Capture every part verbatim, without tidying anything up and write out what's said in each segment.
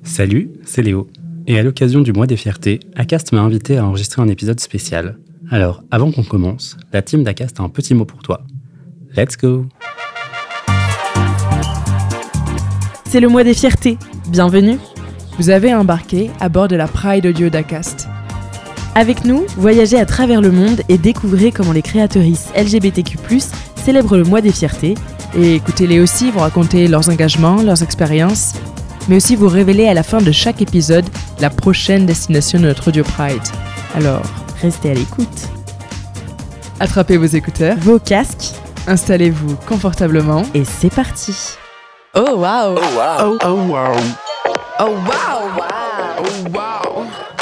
Salut, c'est Léo. Et à l'occasion du mois des fiertés, Acast m'a invité à enregistrer un épisode spécial. Alors, avant qu'on commence, la team d'Acast a un petit mot pour toi. Let's go! C'est le mois des fiertés. Bienvenue! Vous avez embarqué à bord de la Pride Audio d'Acast. Avec nous, voyagez à travers le monde et découvrez comment les créatrices L G B T Q plus, célèbrent le mois des fiertés. Et écoutez-les aussi vous raconter leurs engagements, leurs expériences, mais aussi vous révéler à la fin de chaque épisode la prochaine destination de notre Audio Pride. Alors, Restez à l'écoute. attrapez vos écouteurs, Vos casques, installez-vous confortablement. et c'est parti! Oh wow! Oh wow! Oh wow! Oh wow! Oh wow!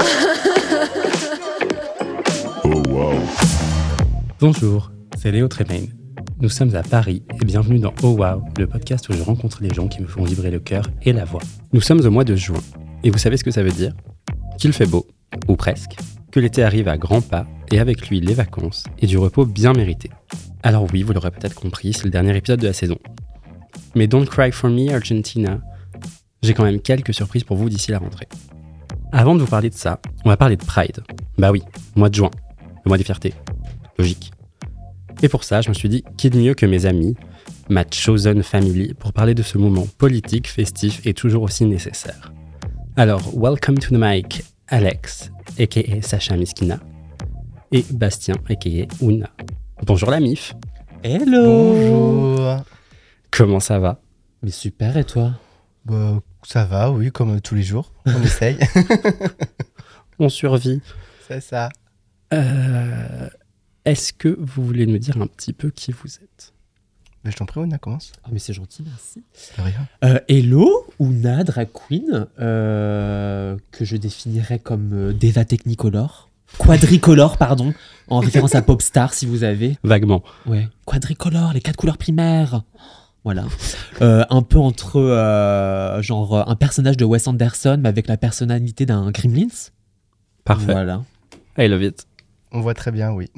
Oh wow. Bonjour, c'est Léo Tremaine. Nous sommes à Paris et bienvenue dans Oh Wow, le podcast où je rencontre les gens qui me font vibrer le cœur et la voix. Nous sommes au mois de juin et vous savez ce que ça veut dire? Qu'il fait beau, ou presque, que l'été arrive à grands pas et avec lui les vacances et du repos bien mérité. Alors oui, vous l'aurez peut-être compris, c'est le dernier épisode de la saison. Mais don't cry for me, Argentina. J'ai quand même quelques surprises pour vous d'ici la rentrée. Avant de vous parler de ça, on va parler de Pride. Bah oui, mois de juin, le mois des fiertés. Logique. Et pour ça, je me suis dit, qui de mieux que mes amis, ma chosen family, pour parler de ce moment politique, festif et toujours aussi nécessaire. Alors, welcome to the mic, Alex, aka Sacha Miskina, et Bastien, aka Ouna. Bonjour la mif. Hello. Bonjour. Comment ça va? Mais super, et toi? Bah, ça va, oui, comme tous les jours. On essaye. On survit. C'est ça. Euh, est-ce que vous voulez nous dire un petit peu qui vous êtes? Bah, je t'en prie, Ouna, commence. Ah, mais c'est gentil, merci. De rien. Euh, hello, Ouna, drag queen, euh, que je définirais comme euh, Deva Technicolor. Quadricolore, pardon, en référence à Popstar, si vous avez. Vaguement. Ouais, quadricolore, les quatre couleurs primaires. Voilà. Euh, un peu entre, euh, genre, un personnage de Wes Anderson, mais avec la personnalité d'un Gremlins. Parfait. Voilà. I love it. On voit très bien, oui.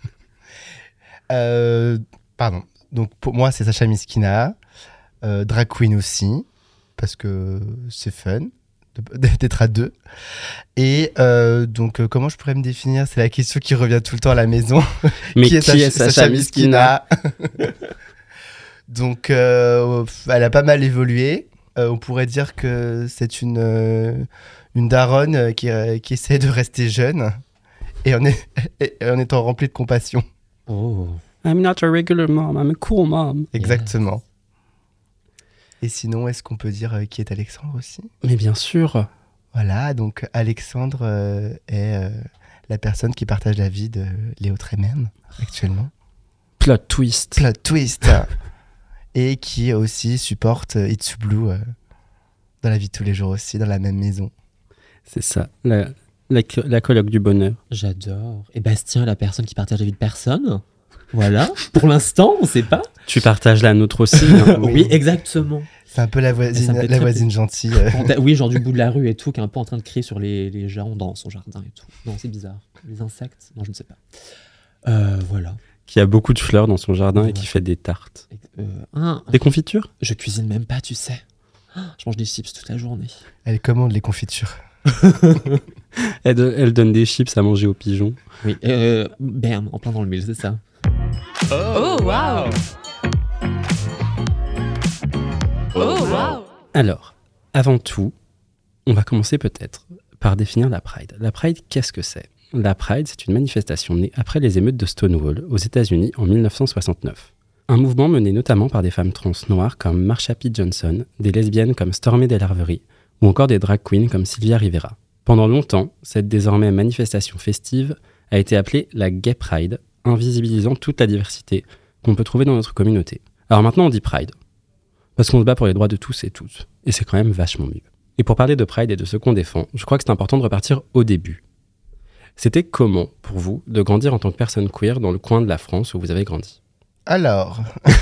euh, pardon. Donc, pour moi, c'est Sacha Miskina. Euh, drag queen aussi, parce que c'est fun de- d'être à deux. Et euh, donc, euh, comment je pourrais me définir? C'est la question qui revient tout le temps à la maison. Mais qui est Sacha Miskina? Donc, euh, elle a pas mal évolué. Euh, on pourrait dire que c'est une, euh, une daronne euh, qui, euh, qui essaie de rester jeune et en, est, et en étant remplie de compassion. Oh. I'm not a regular mom, I'm a cool mom. Exactement. Et sinon, est-ce qu'on peut dire euh, qui est Alexandre aussi? Mais bien sûr. Voilà, donc Alexandre euh, est euh, la personne qui partage la vie de Léo Tremaine actuellement. Plot twist. Plot twist. Et qui aussi supporte euh, It's Blue euh, dans la vie de tous les jours aussi, dans la même maison. C'est ça, la, la, la colloque du bonheur. J'adore. Et Bastien, la personne qui partage la vie de personne. Voilà. Pour l'instant, on sait pas. Tu partages la nôtre aussi. Hein. Oui, exactement. C'est un peu la voisine, Ça me fait la très voisine gentille. euh. Quand t'as- Oui, genre du bout de la rue et tout, qui est un peu en train de crier sur les, les gens dans son jardin et tout. Non, c'est bizarre. Les insectes? Non, je ne sais pas. Euh, voilà. Qui a beaucoup de fleurs dans son jardin Ouais. et qui fait des tartes. Euh, un, Des confitures? je cuisine même pas, tu sais. Ah, je mange des chips toute la journée. Elle commande les confitures. Elle, do- elle donne des chips à manger aux pigeons. Oui, euh, bam, en plein dans le mille, c'est ça. Oh wow! Oh wow! Alors, avant tout, on va commencer peut-être par définir la Pride. La Pride, qu'est-ce que c'est? La Pride, c'est une manifestation née après les émeutes de Stonewall aux États-Unis en mille neuf cent soixante-neuf. Un mouvement mené notamment par des femmes trans noires comme Marsha P. Johnson, des lesbiennes comme Stormy DeLarverie ou encore des drag queens comme Sylvia Rivera. Pendant longtemps, cette désormais manifestation festive a été appelée la Gay Pride, invisibilisant toute la diversité qu'on peut trouver dans notre communauté. Alors maintenant on dit Pride, parce qu'on se bat pour les droits de tous et toutes, et c'est quand même vachement mieux. Et pour parler de Pride et de ce qu'on défend, je crois que c'est important de repartir au début. C'était comment, pour vous, de grandir en tant que personne queer dans le coin de la France où vous avez grandi? Alors,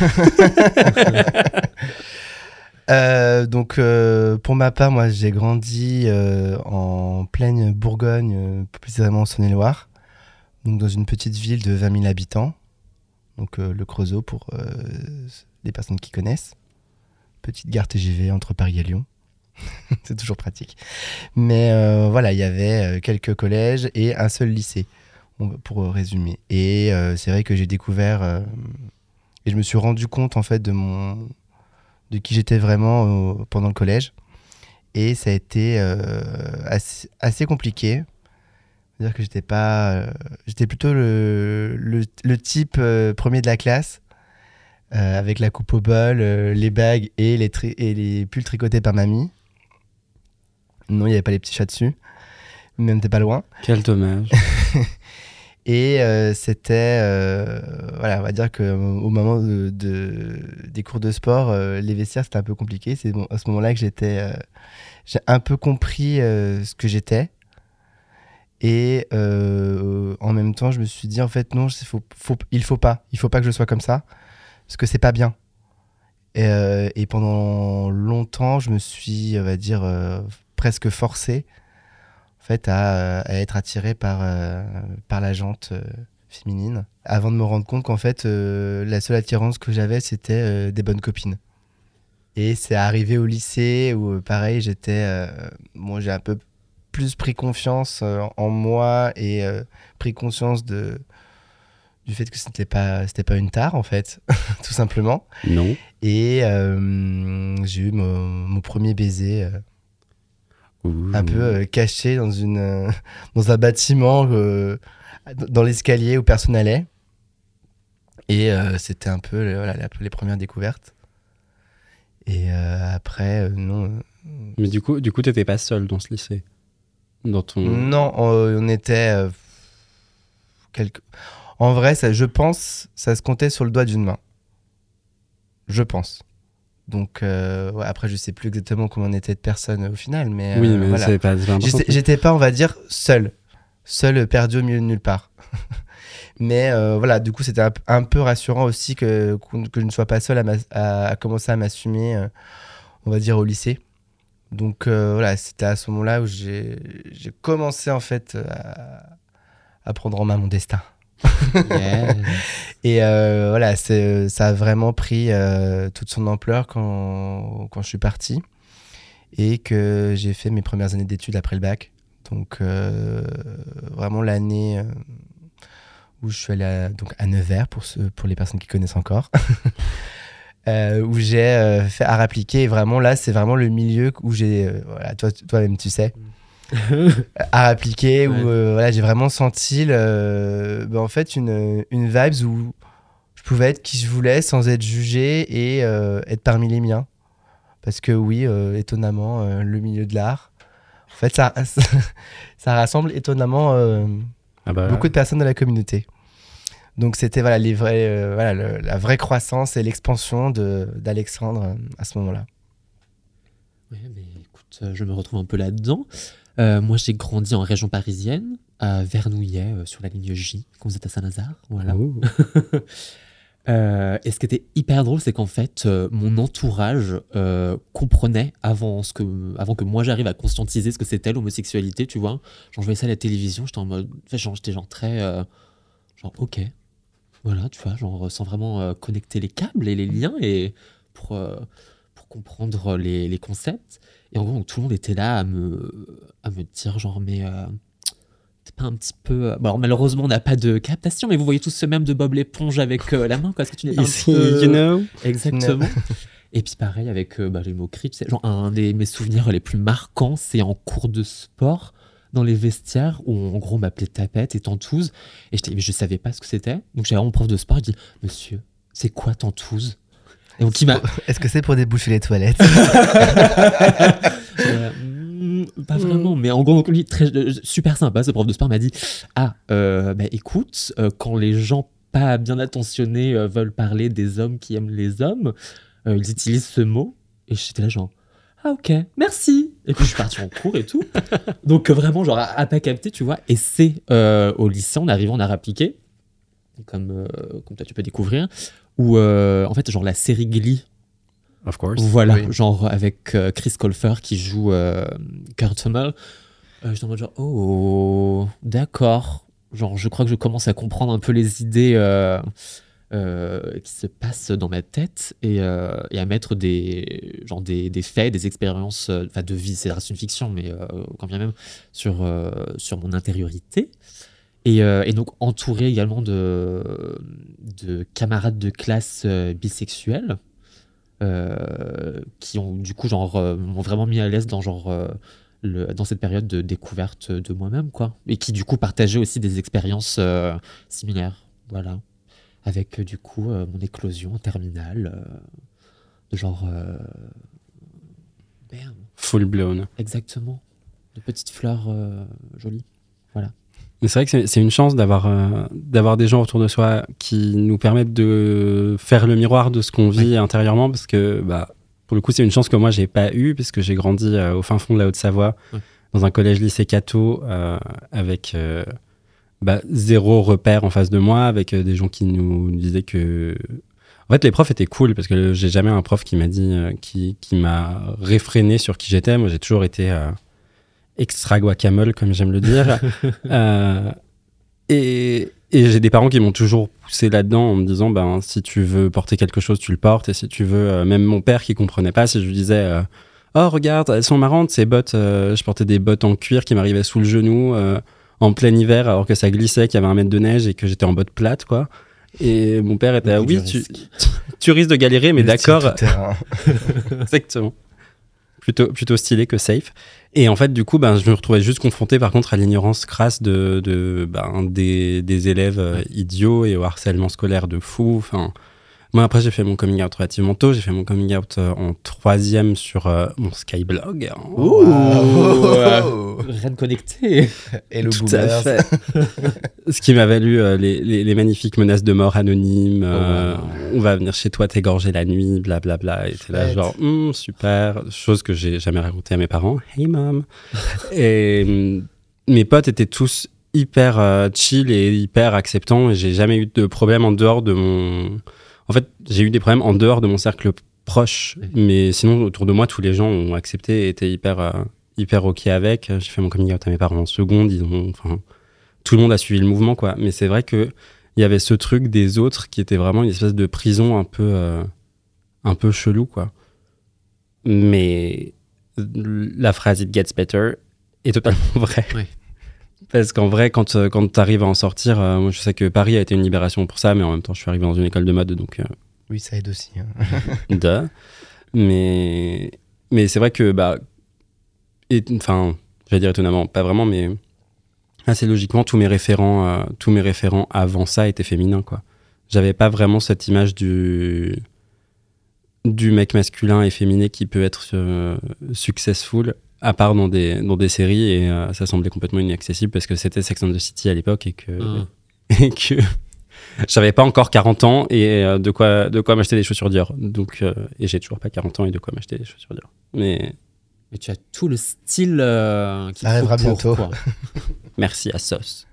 euh, donc euh, pour ma part, moi j'ai grandi euh, en pleine Bourgogne, euh, plus précisément en Saône-et-Loire, donc dans une petite ville de vingt mille habitants, donc euh, le Creusot pour euh, les personnes qui connaissent. Petite gare T G V entre Paris et Lyon. C'est toujours pratique. Mais euh, voilà, il y avait euh, quelques collèges et un seul lycée, on- pour euh, résumer. Et euh, c'est vrai que j'ai découvert euh, et je me suis rendu compte en fait de mon de qui j'étais vraiment euh, pendant le collège. Et ça a été euh, assez, assez compliqué. C'est-à-dire que j'étais pas, euh, j'étais plutôt le, le, le type euh, premier de la classe, euh, avec la coupe au bol, euh, les bagues et les, tri- et les pulls tricotés par mamie. Non, il n'y avait pas les petits chats dessus, mais on n'était pas loin. Quel dommage. Et euh, c'était, euh, voilà, on va dire qu'au moment de, de- des cours de sport, euh, les vestiaires, c'était un peu compliqué. C'est bon, à ce moment-là que j'étais, euh, j'ai un peu compris euh, ce que j'étais. Et euh, en même temps, je me suis dit, en fait, non, c'est faut, faut, il faut pas. Il faut pas que je sois comme ça, parce que c'est pas bien. Et, euh, et pendant longtemps, je me suis, on va dire, euh, presque forcé en fait, à, à être attiré par, euh, par la jante euh, féminine, avant de me rendre compte qu'en fait, euh, la seule attirance que j'avais, c'était euh, des bonnes copines. Et c'est arrivé au lycée où, euh, pareil, j'étais, euh, bon, j'ai un peu plus pris confiance euh, en moi et euh, pris conscience de, du fait que c'était pas, c'était pas une tare, en fait, tout simplement. Non. Et euh, j'ai eu mon, mon premier baiser. Euh, Ouh. un peu euh, caché dans, une, euh, dans un bâtiment, euh, dans l'escalier où personne n'allait. Et euh, c'était un peu euh, voilà, les, les premières découvertes. Et euh, après, euh, non. euh, Mais du coup, du coup, t'étais pas seul dans ce lycée. Dans ton. Non, on, on était. euh, quelques... En vrai, ça, je pense, ça se comptait sur le doigt d'une main. Je pense. Donc, euh, ouais, après, je sais plus exactement combien on était de personnes au final, mais, Oui, euh, mais voilà. c'est pas, c'est pas important. J'étais, j'étais pas, on va dire, seul. Seul, perdu au milieu de nulle part. Mais euh, voilà, du coup, c'était un, un peu rassurant aussi que, que je ne sois pas seul à, à, à commencer à m'assumer, euh, on va dire, au lycée. Donc euh, voilà, c'était à ce moment-là où j'ai, j'ai commencé en fait à, à prendre en main mon destin. Yes. Et euh, voilà, c'est, ça a vraiment pris euh, toute son ampleur quand, quand je suis parti et que j'ai fait mes premières années d'études après le bac. Donc euh, vraiment l'année euh, où je suis allé à, donc à Nevers, pour, ceux, pour les personnes qui connaissent encore, euh, où j'ai euh, fait art appliqué. Et vraiment là, c'est vraiment le milieu où j'ai... Euh, voilà, toi, toi-même, tu sais. Art appliqué, Ouais. où euh, voilà, j'ai vraiment senti le, bah, en fait une, une vibes où je pouvais être qui je voulais sans être jugé et euh, être parmi les miens. Parce que oui, euh, étonnamment, euh, le milieu de l'art, en fait, ça, ça rassemble étonnamment euh, Ah bah, beaucoup de personnes de la communauté. Donc c'était voilà, les vrais, euh, voilà, le- la vraie croissance et l'expansion de, d'Alexandre euh, à ce moment-là. Ouais, mais écoute, euh, je me retrouve un peu là-dedans. Euh, moi, j'ai grandi en région parisienne, à Vernouillet, euh, sur la ligne J, quand vous êtes à Saint-Lazare. Voilà. ouh. Euh, et ce qui était hyper drôle, c'est qu'en fait, euh, mon entourage euh, comprenait avant, ce que, avant que moi j'arrive à conscientiser ce que c'était l'homosexualité, tu vois. Genre, je voyais ça à la télévision, j'étais en mode. Enfin, genre, j'étais genre très. euh, genre, ok. Voilà, tu vois, genre, sans vraiment euh, connecter les câbles et les liens et pour, euh, pour comprendre les, les concepts. Et en gros, donc, tout le monde était là à me, à me dire, genre, mais. Euh, c'est pas un petit peu. euh, Bon, alors, malheureusement, on n'a pas de captation, mais vous voyez tous ce même de Bob l'éponge avec euh, la main, quoi. Est-ce que tu n'es pas un Ici, petit peu... you know. Exactement. Et puis pareil avec euh, bah, les moqueries, tu sais, genre un de mes souvenirs les plus marquants, c'est en cours de sport, dans les vestiaires, où en gros on m'appelait tapette et tentouse, et j'étais, mais je savais pas ce que c'était. Donc j'allais voir mon prof de sport, je dis, monsieur, c'est quoi tentouse? Et donc il m'a... Est-ce que c'est pour déboucher les toilettes? Euh, mm, pas vraiment, mais en gros, donc, lui, très, euh, super sympa, ce prof de sport m'a dit, ah, euh, bah écoute, euh, quand les gens pas bien attentionnés euh, veulent parler des hommes qui aiment les hommes, euh, ils utilisent ce mot. Et j'étais là genre, ah ok, merci. Et puis je suis parti en cours et tout. Donc euh, vraiment genre à, à pas capter, tu vois. Et c'est euh, au lycée, en arrivant en art appliqué, comme, euh, comme toi tu peux découvrir, où euh, en fait genre la série Glee, Of course. voilà, Oui. genre avec euh, Chris Colfer qui joue euh, Kurt Hummel. Euh, j'étais en mode genre, oh, d'accord. Genre, je crois que je commence à comprendre un peu les idées euh, euh, qui se passent dans ma tête et, euh, et à mettre des, genre des, des faits, des expériences euh, de vie, c'est reste une fiction, mais euh, quand bien même sur, euh, sur mon intériorité. Et, euh, et donc entouré également de, de camarades de classe euh, bisexuels euh, qui ont du coup genre euh, m'ont vraiment mis à l'aise dans genre euh, le, dans cette période de découverte de moi-même quoi, et qui du coup partageaient aussi des expériences euh, similaires, voilà, avec euh, du coup euh, mon éclosion en terminale euh, de genre euh... merde, Full blown. exactement, de petites fleurs euh, jolies, voilà. Mais c'est vrai que c'est, c'est une chance d'avoir, euh, d'avoir des gens autour de soi qui nous permettent de faire le miroir de ce qu'on vit Ouais. intérieurement, parce que bah, pour le coup, c'est une chance que moi, j'ai pas eue, parce que j'ai grandi euh, au fin fond de la Haute-Savoie, Ouais. dans un collège-lycée catho, euh, avec euh, bah, zéro repère en face de moi, avec euh, des gens qui nous disaient que... En fait, les profs étaient cool, parce que j'ai jamais un prof qui m'a dit, euh, qui, qui m'a réfréné sur qui j'étais. Moi, j'ai toujours été... Euh, extra guacamole, comme j'aime le dire. euh, et, et j'ai des parents qui m'ont toujours poussé là-dedans en me disant, ben, si tu veux porter quelque chose, tu le portes. Et si tu veux, euh, même mon père qui comprenait pas, si je lui disais, euh, oh, regarde, elles sont marrantes, ces bottes. Euh, je portais des bottes en cuir qui m'arrivaient sous le genou euh, en plein hiver, alors que ça glissait, qu'il y avait un mètre de neige et que j'étais en bottes plates, quoi. Et mon père était, ah, Beaucoup oui, de tu, risques. tu risques de galérer, mais Le d'accord. style tout terrain. Exactement. Plutôt, plutôt stylé que safe. Et en fait, du coup, ben, je me retrouvais juste confronté, par contre, à l'ignorance crasse de, de, ben, des, des élèves euh, idiots et au harcèlement scolaire de fou. Enfin, moi, après, j'ai fait mon coming out relativement tôt. J'ai fait mon coming out euh, en troisième sur euh, mon Skyblog. Ouh, Wow. Reine connectée. Hello Tout à boomers. fait. Ce qui m'a valu euh, les, les, les magnifiques menaces de mort anonymes. euh, Oh, wow. On va venir chez toi t'égorger la nuit, blablabla. Et c'est là, Chouette. genre, Hum, super. Chose que j'ai jamais racontée à mes parents. Hey mom. Et hum, mes potes étaient tous hyper euh, chill et hyper acceptants. Et j'ai jamais eu de problème en dehors de mon. En fait, j'ai eu des problèmes en dehors de mon cercle proche. Oui. Mais sinon, autour de moi, tous les gens ont accepté et étaient hyper. Euh, hyper ok avec. J'ai fait mon coming out à mes parents en seconde. Ils ont, enfin, tout le monde a suivi le mouvement, quoi. Mais c'est vrai que il y avait ce truc des autres qui était vraiment une espèce de prison un peu, euh, un peu chelou, quoi. Mais la phrase It gets better est totalement vraie. Oui. Parce qu'en vrai, quand, euh, quand tu arrives à en sortir, euh, moi je sais que Paris a été une libération pour ça, mais en même temps, je suis arrivé dans une école de mode, donc. Euh, Oui, ça aide aussi. hein. Duh. Mais, mais c'est vrai que, bah, et- enfin, j'allais dire étonnamment, pas vraiment, mais assez logiquement, tous mes référents, euh, tous mes référents avant ça étaient féminins, quoi. J'avais pas vraiment cette image du, du mec masculin et féminin qui peut être euh, successful, à part dans des, dans des séries, et euh, ça semblait complètement inaccessible parce que c'était Sex and the City à l'époque et que, Mm. et que j'avais pas encore quarante ans et euh, de quoi, de quoi m'acheter des chaussures Dior. Donc, euh, et j'ai toujours pas quarante ans et de quoi m'acheter des chaussures Dior. Mais Mais tu as tout le style euh, qu'il Ça arrivera faut pour, bientôt. quoi. merci à Sauce.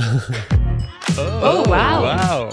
Oh, wow.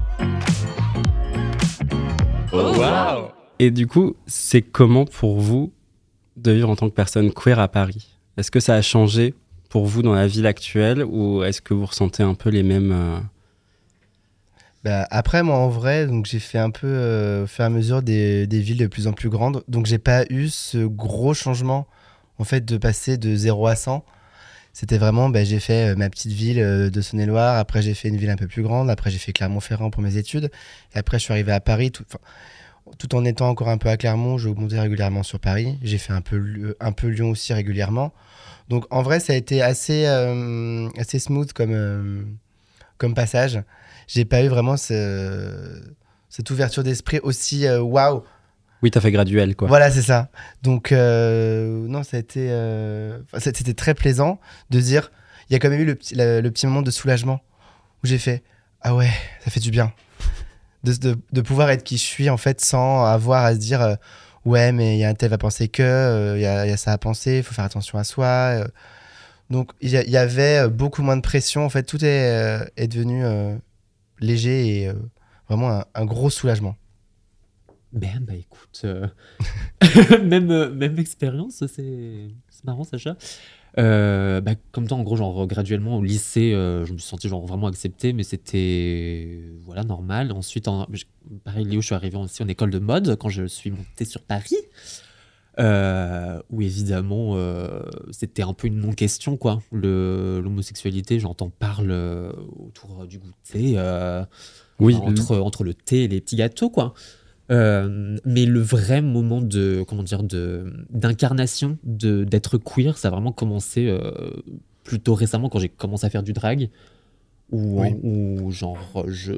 Oh, wow. Et du coup, c'est comment pour vous de vivre en tant que personne queer à Paris ? Est-ce que ça a changé pour vous dans la ville actuelle ou est-ce que vous ressentez un peu les mêmes... euh, Bah, après, moi, en vrai, donc j'ai fait un peu euh, au fur et à mesure des, des villes de plus en plus grandes. Donc, j'ai pas eu ce gros changement, en fait, de passer de zéro à cent. C'était vraiment, bah, j'ai fait euh, ma petite ville euh, de Saône-et-Loire. Après, j'ai fait une ville un peu plus grande. Après, j'ai fait Clermont-Ferrand pour mes études. Et après, je suis arrivé à Paris. Tout, 'fin, tout en étant encore un peu à Clermont, je montais régulièrement sur Paris. J'ai fait un peu, Lu- un peu Lyon aussi régulièrement. Donc, en vrai, ça a été assez, euh, assez smooth comme, euh, comme passage. J'ai pas eu vraiment ce- cette ouverture d'esprit aussi euh, waouh. Oui, t'as fait graduel, quoi. Voilà, c'est ça. Donc, euh, non, ça a été, euh, enfin, ça- c'était très plaisant de dire. Il y a quand même eu le petit, le, le petit moment de soulagement où j'ai fait ah ouais, ça fait du bien de, de, de pouvoir être qui je suis en fait sans avoir à se dire euh, ouais, mais il y a un tel va penser que, euh, il y, a, il y a ça à penser, il faut faire attention à soi. euh. Donc, il y, a- il y avait beaucoup moins de pression. En fait, tout est, euh, est devenu euh, léger et euh, vraiment un, un gros soulagement. Ben, bah écoute, euh, même, euh, même expérience, c'est, c'est marrant, Sacha. Euh, bah, comme toi, en gros, genre, graduellement, au lycée, euh, je me suis senti genre, vraiment accepté, mais c'était voilà, normal. Ensuite, en, pareil, Léo, je suis arrivé aussi en école de mode quand je suis monté sur Paris. Euh, où évidemment euh, c'était un peu une non-question quoi. Le, l'homosexualité, j'entends parle euh, autour du goûter, euh, Oui, enfin, entre, entre le thé et les petits gâteaux quoi. Euh, mais le vrai moment de comment dire de d'incarnation de d'être queer, ça a vraiment commencé euh, plutôt récemment quand j'ai commencé à faire du drag, où, Oui. où genre je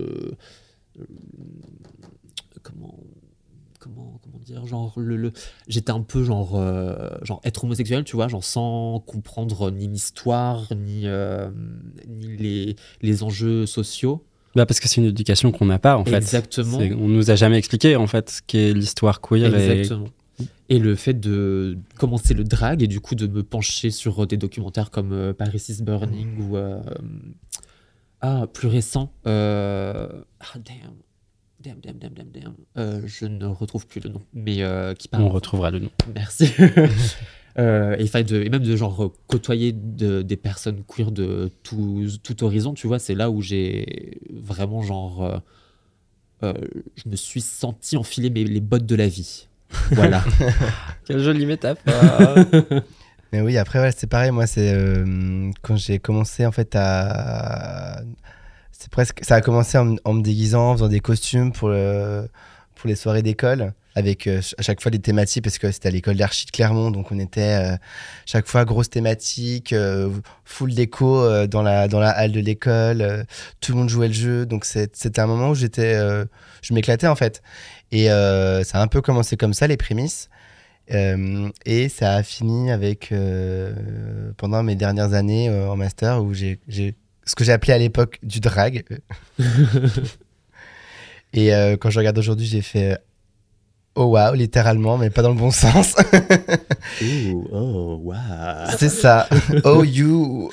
comment Comment, comment dire, genre, le, le, j'étais un peu genre, euh, genre être homosexuel, tu vois, genre sans comprendre ni l'histoire, ni, euh, ni les, les enjeux sociaux. bah parce que c'est une éducation qu'on n'a pas en fait. Exactement. C'est- on nous a jamais expliqué en fait ce qu'est l'histoire queer. Exactement. Et le fait de commencer le drag et du coup de me pencher sur des documentaires comme euh, Paris is Burning ou euh, ah plus récent euh, ah damn damn damn damn damn damn euh, je ne retrouve plus le nom mais euh, qui Et parle on retrouvera le nom. merci euh, et, enfin, de, et même de genre côtoyer de, des personnes queer de tout, tout horizon, tu vois, c'est là où j'ai vraiment genre euh, euh, je me suis senti enfiler mes, les bottes de la vie. Voilà. Quelle jolie métaphore. Mais oui, après, ouais, c'est pareil. Moi, c'est euh, quand j'ai commencé en fait à. C'est presque. Ça a commencé en, m- en me déguisant, en faisant des costumes pour, le... pour les soirées d'école, avec euh, à chaque fois des thématiques, parce que c'était à l'école d'archi de Clermont, donc on était euh, chaque fois grosse thématique, euh, full déco euh, dans, la, dans la halle de l'école, euh, tout le monde jouait le jeu, donc c'est- c'était un moment où j'étais, euh, je m'éclatais en fait. Et euh, ça a un peu commencé comme ça, les prémices. Euh, et ça a fini avec, euh, pendant mes dernières années euh, en master, où j'ai, j'ai ce que j'ai appelé à l'époque du drag. Et euh, quand je regarde aujourd'hui, j'ai fait euh, oh wow, littéralement, mais pas dans le bon sens. Ooh, oh, wow. C'est ça. Oh you.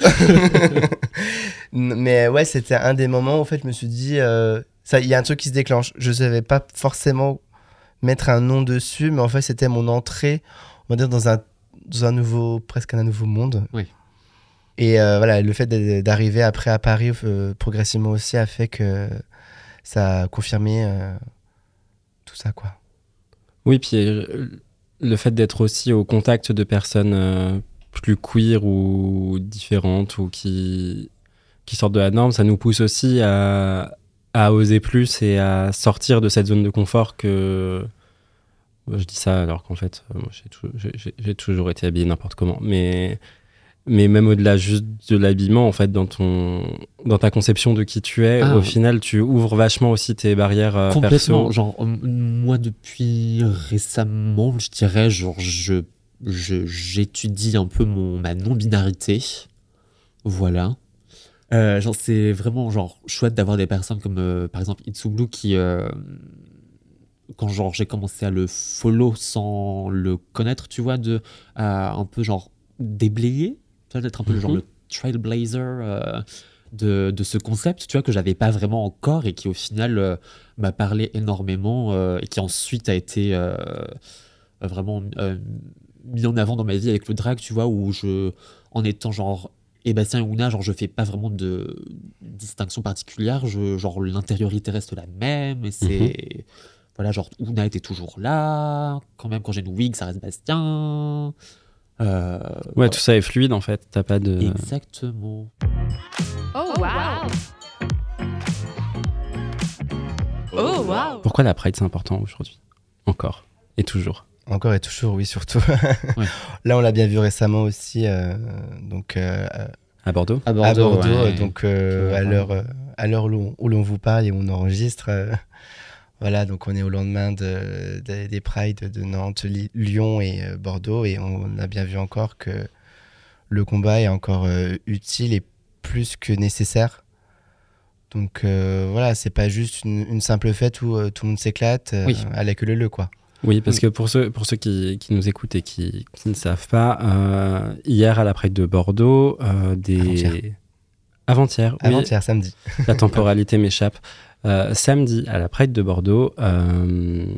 N- mais ouais, c'était un des moments où en fait, je me suis dit, euh, ça, il y a un truc qui se déclenche. Je savais pas forcément mettre un nom dessus, mais en fait, c'était mon entrée, on va dire, dans un, dans un nouveau, presque un nouveau monde. Oui. Et euh, voilà, le fait d'a- d'arriver après à Paris euh, progressivement aussi a fait que ça a confirmé euh, tout ça, quoi. Oui, puis euh, le fait d'être aussi au contact de personnes euh, plus queer ou différentes ou qui, qui sortent de la norme, ça nous pousse aussi à, à oser plus et à sortir de cette zone de confort que... Je dis ça alors qu'en fait, euh, moi, j'ai, tou- j'ai- j'ai- j'ai toujours été habillé n'importe comment. Mais, mais même au-delà juste de l'habillement, en fait, dans, ton, dans ta conception de qui tu es, Ah. au final, tu ouvres vachement aussi tes barrières euh, Complètement. perso. Genre, euh, moi, depuis récemment, je dirais, genre, je, je, j'étudie un peu mon, ma non-binarité. Voilà. Euh, genre, c'est vraiment, genre, chouette d'avoir des personnes comme, euh, par exemple, Itsublu qui... euh, quand genre j'ai commencé à le follow sans le connaître, tu vois, de à un peu genre déblayer, tu vois, d'être un peu le genre Mhm. le trailblazer euh, de, de ce concept, tu vois, que j'avais pas vraiment encore et qui au final euh, m'a parlé énormément euh, et qui ensuite a été euh, vraiment euh, mis en avant dans ma vie avec le drag, tu vois, où je, en étant genre et Bastien et Ouna, genre je fais pas vraiment de distinction particulière, je, genre l'intériorité reste la même et c'est voilà, genre Ouna était toujours là, quand même quand j'ai une wig ça reste Bastien. Euh, Ouais, tout ça est fluide en fait. T'as pas de. Exactement. Oh wow. Oh wow. Pourquoi la Pride c'est important aujourd'hui? Encore. Et toujours. Encore et toujours, oui, surtout. Ouais. Là, on l'a bien vu récemment aussi, euh, donc euh, À Bordeaux? À à Bordeaux, Bordeaux, ouais. donc euh, Ouais, à ouais. l'heure euh, à l'heure où l'on, où l'on vous parle et où on enregistre. euh, voilà, donc on est au lendemain de, de- des Prides de Nantes, Li- Lyon et euh, Bordeaux, et on a bien vu encore que le combat est encore euh, utile et plus que nécessaire. Donc euh, voilà, c'est pas juste une, une simple fête où euh, tout le monde s'éclate euh, Oui. à la queue leu leu, quoi. Oui, parce Oui. que pour ceux, pour ceux qui, qui nous écoutent et qui, qui ne savent pas, euh, hier à la Pride de Bordeaux, euh, des... Avant-hier. Avant-hier, oui, Avant-hier, samedi. la temporalité m'échappe. Euh, samedi, à la Pride de Bordeaux, euh,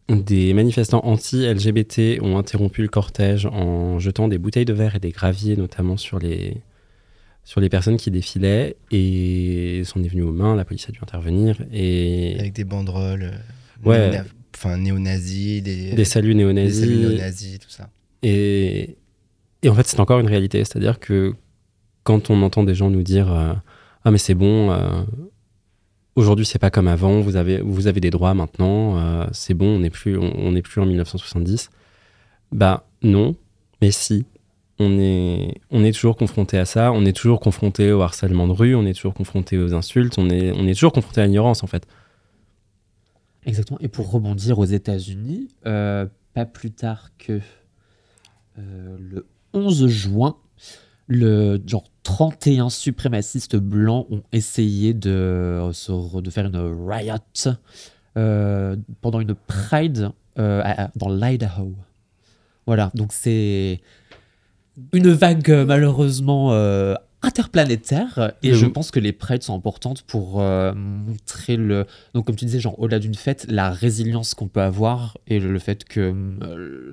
des manifestants anti-L G B T ont interrompu le cortège en jetant des bouteilles de verre et des graviers, notamment sur les, sur les personnes qui défilaient, et sont venus aux mains, la police a dû intervenir. Et... Avec des banderoles, euh, Ouais. néona- enfin néo-nazis, des, des saluts des néo-nazis. saluts néo-nazis, tout ça. Et, et en fait, c'est encore une réalité. C'est-à-dire que quand on entend des gens nous dire euh, « Ah, mais c'est bon, euh, aujourd'hui, c'est pas comme avant, vous avez, vous avez des droits maintenant, euh, c'est bon, on n'est plus, on, on n'est plus en dix-neuf cent soixante-dix. » Bah non, mais si. On est, on est toujours confronté à ça, on est toujours confronté au harcèlement de rue, on est toujours confronté aux insultes, on est, on est toujours confronté à l'ignorance, en fait. Exactement. Et pour rebondir aux États-Unis, euh, pas plus tard que euh, le onze juin, le genre trente et un suprémacistes blancs ont essayé de, se re- de faire une riot euh, pendant une Pride euh, à- à- dans l'Idaho. Voilà, donc c'est une vague euh, malheureusement euh, interplanétaire, et Le- je pense que les Prides sont importantes pour euh, montrer le, donc comme tu disais, genre au-delà d'une fête, la résilience qu'on peut avoir, et le, le fait que euh,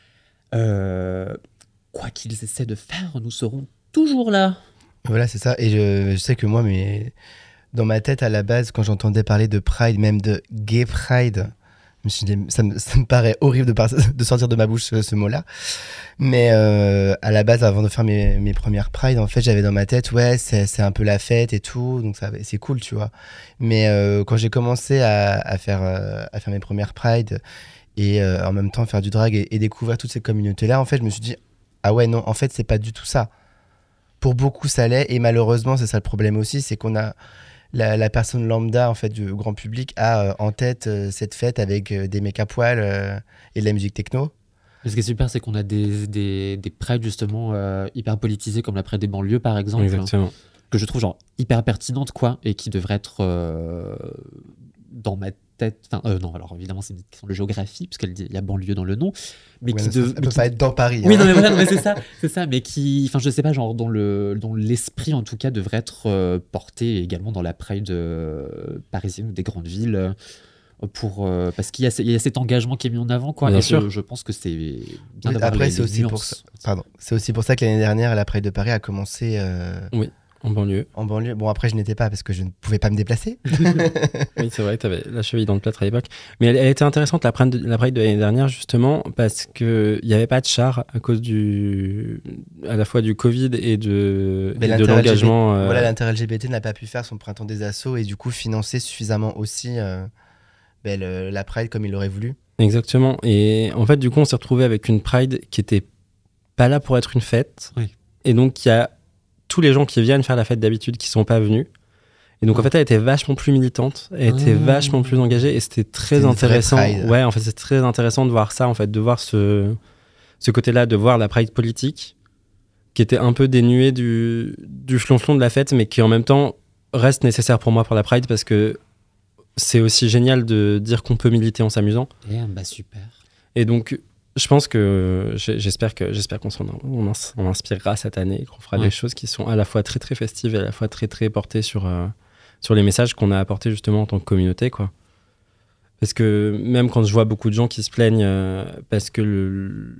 euh, quoi qu'ils essaient de faire, nous serons toujours là. Voilà, c'est ça. Et je, je sais que moi, mais dans ma tête, à la base, quand j'entendais parler de Pride, même de Gay Pride, je me suis dit, ça, me, ça me paraît horrible de, par- de sortir de ma bouche ce, ce mot-là. Mais euh, à la base, avant de faire mes, mes premières Pride, en fait, j'avais dans ma tête, ouais, c'est, c'est un peu la fête et tout, donc ça, c'est cool, tu vois. Mais euh, quand j'ai commencé à, à, faire, euh, à faire mes premières Pride et euh, en même temps faire du drag et, et découvrir toutes ces communautés-là, en fait, je me suis dit, ah ouais, non, en fait, c'est pas du tout ça. Pour beaucoup, ça l'est, et malheureusement, c'est ça le problème aussi, c'est qu'on a la, la personne lambda, en fait, du grand public, a euh, en tête euh, cette fête avec euh, des mecs à poil euh, et de la musique techno. Ce qui est super, c'est qu'on a des, des, des Prides justement euh, hyper politisés, comme la Pride des banlieues par exemple, Exactement. que je trouve genre hyper pertinente, quoi, et qui devrait être euh, dans ma tête. Enfin, euh, non, alors évidemment, c'est une question de géographie, puisqu'il y a banlieue dans le nom, mais Ouais, qui mais ça, dev- ça mais peut qui- pas être dans Paris. Oui, hein. non, mais voilà, non, mais c'est ça, c'est ça, mais qui, enfin, je sais pas, genre, dont le, dont l'esprit, en tout cas, devrait être euh, porté également dans la Pride euh, parisienne ou des grandes villes, euh, pour, euh, parce qu'il y a, ce- il y a cet engagement qui est mis en avant, quoi, Bien et sûr. je, je pense que c'est bien Oui, d'avoir après, les, c'est les aussi, pour nuances. ça, pardon, c'est aussi pour ça que l'année dernière, la Pride de Paris a commencé euh, En banlieue. en banlieue. Bon, après, je n'étais pas parce que je ne pouvais pas me déplacer. Oui, c'est vrai, tu avais la cheville dans le plâtre à l'époque. Mais elle, elle était intéressante, la Pride de, la Pride de l'année dernière, justement, parce qu'il n'y avait pas de char à cause du, à la fois du Covid et de, Mais et de l'inter-L G B T l'engagement. euh, Voilà, l'inter-L G B T n'a pas pu faire son printemps des assauts et du coup financer suffisamment aussi euh, ben, le- la Pride comme il l'aurait voulu. Exactement. Et en fait, du coup, on s'est retrouvé avec une Pride qui était pas là pour être une fête. Oui. Et donc, il y a tous les gens qui viennent faire la fête d'habitude qui sont pas venus. Et donc, en fait, elle était vachement plus militante, elle était Ah. vachement plus engagée, et c'était très C'était une vraie intéressant. Pride. Ouais, en fait, c'est très intéressant de voir ça, en fait, de voir ce, ce côté-là, de voir la Pride politique, qui était un peu dénuée du, du flonflon de la fête, mais qui en même temps reste nécessaire pour moi pour la Pride, parce que c'est aussi génial de dire qu'on peut militer en s'amusant. Eh, bah super. Et donc, je pense que j'ai- j'espère que j'espère qu'on s'en on ins- on inspirera cette année, qu'on fera Ouais. des choses qui sont à la fois très très festives et à la fois très très portées sur euh, sur les messages qu'on a apportés justement en tant que communauté, quoi. Parce que même quand je vois beaucoup de gens qui se plaignent euh, parce que le,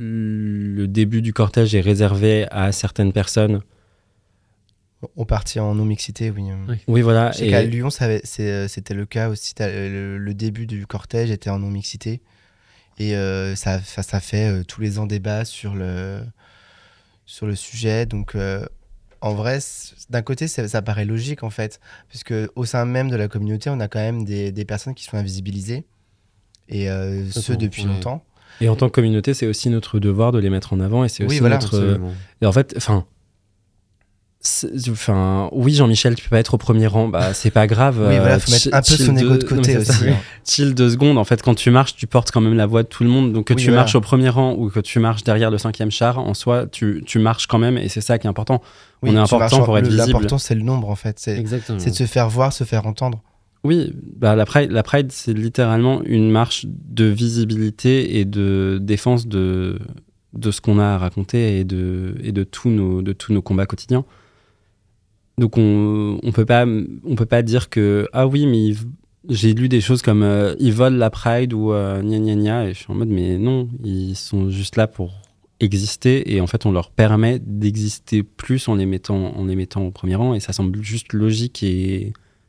le début du cortège est réservé à certaines personnes. On partit en non-mixité, oui. Oui. Oui, voilà. Je sais Et- qu'à Lyon, ça avait- c'est, euh, c'était le cas aussi. T'as- Le, le début du cortège était en non-mixité. Et euh, ça, ça, ça fait euh, tous les ans débat sur le, sur le sujet. Donc, euh, en vrai, c- d'un côté, ça, ça paraît logique, en fait. Puisque au sein même de la communauté, on a quand même des, des personnes qui sont invisibilisées. Et euh, ce, Totalement, depuis ouais. longtemps. Et en tant que communauté, c'est aussi notre devoir de les mettre en avant, et c'est Oui, aussi voilà. notre Absolument. Et en fait, enfin, c'est- enfin, oui, Jean-Michel, tu peux pas être au premier rang, bah c'est pas grave. Oui, voilà, euh, faut mettre chill- un peu chill son ego de deux- côté non, mais c'est aussi. ça. hein. Chill deux secondes. En fait, quand tu marches, tu portes quand même la voix de tout le monde. Donc que Oui, tu voilà. marches au premier rang ou que tu marches derrière le cinquième char, en soi, tu, tu marches quand même, et c'est ça qui est important. Oui, On est tu important marches en- pour être le- visible. L'important, c'est le nombre, en fait. C'est, Exactement. c'est de se faire voir, se faire entendre. Oui, bah la Pride, la Pride, c'est littéralement une marche de visibilité et de défense de de ce qu'on a à raconter et de et de tous nos de tous nos combats quotidiens. Donc on on peut pas on peut pas dire que ah oui mais il- j'ai lu des choses comme euh, ils volent la Pride ou euh, gna gna gna, et je suis en mode mais non, ils sont juste là pour exister et en fait on leur permet d'exister plus en les mettant, en les mettant au premier rang et ça semble juste logique et,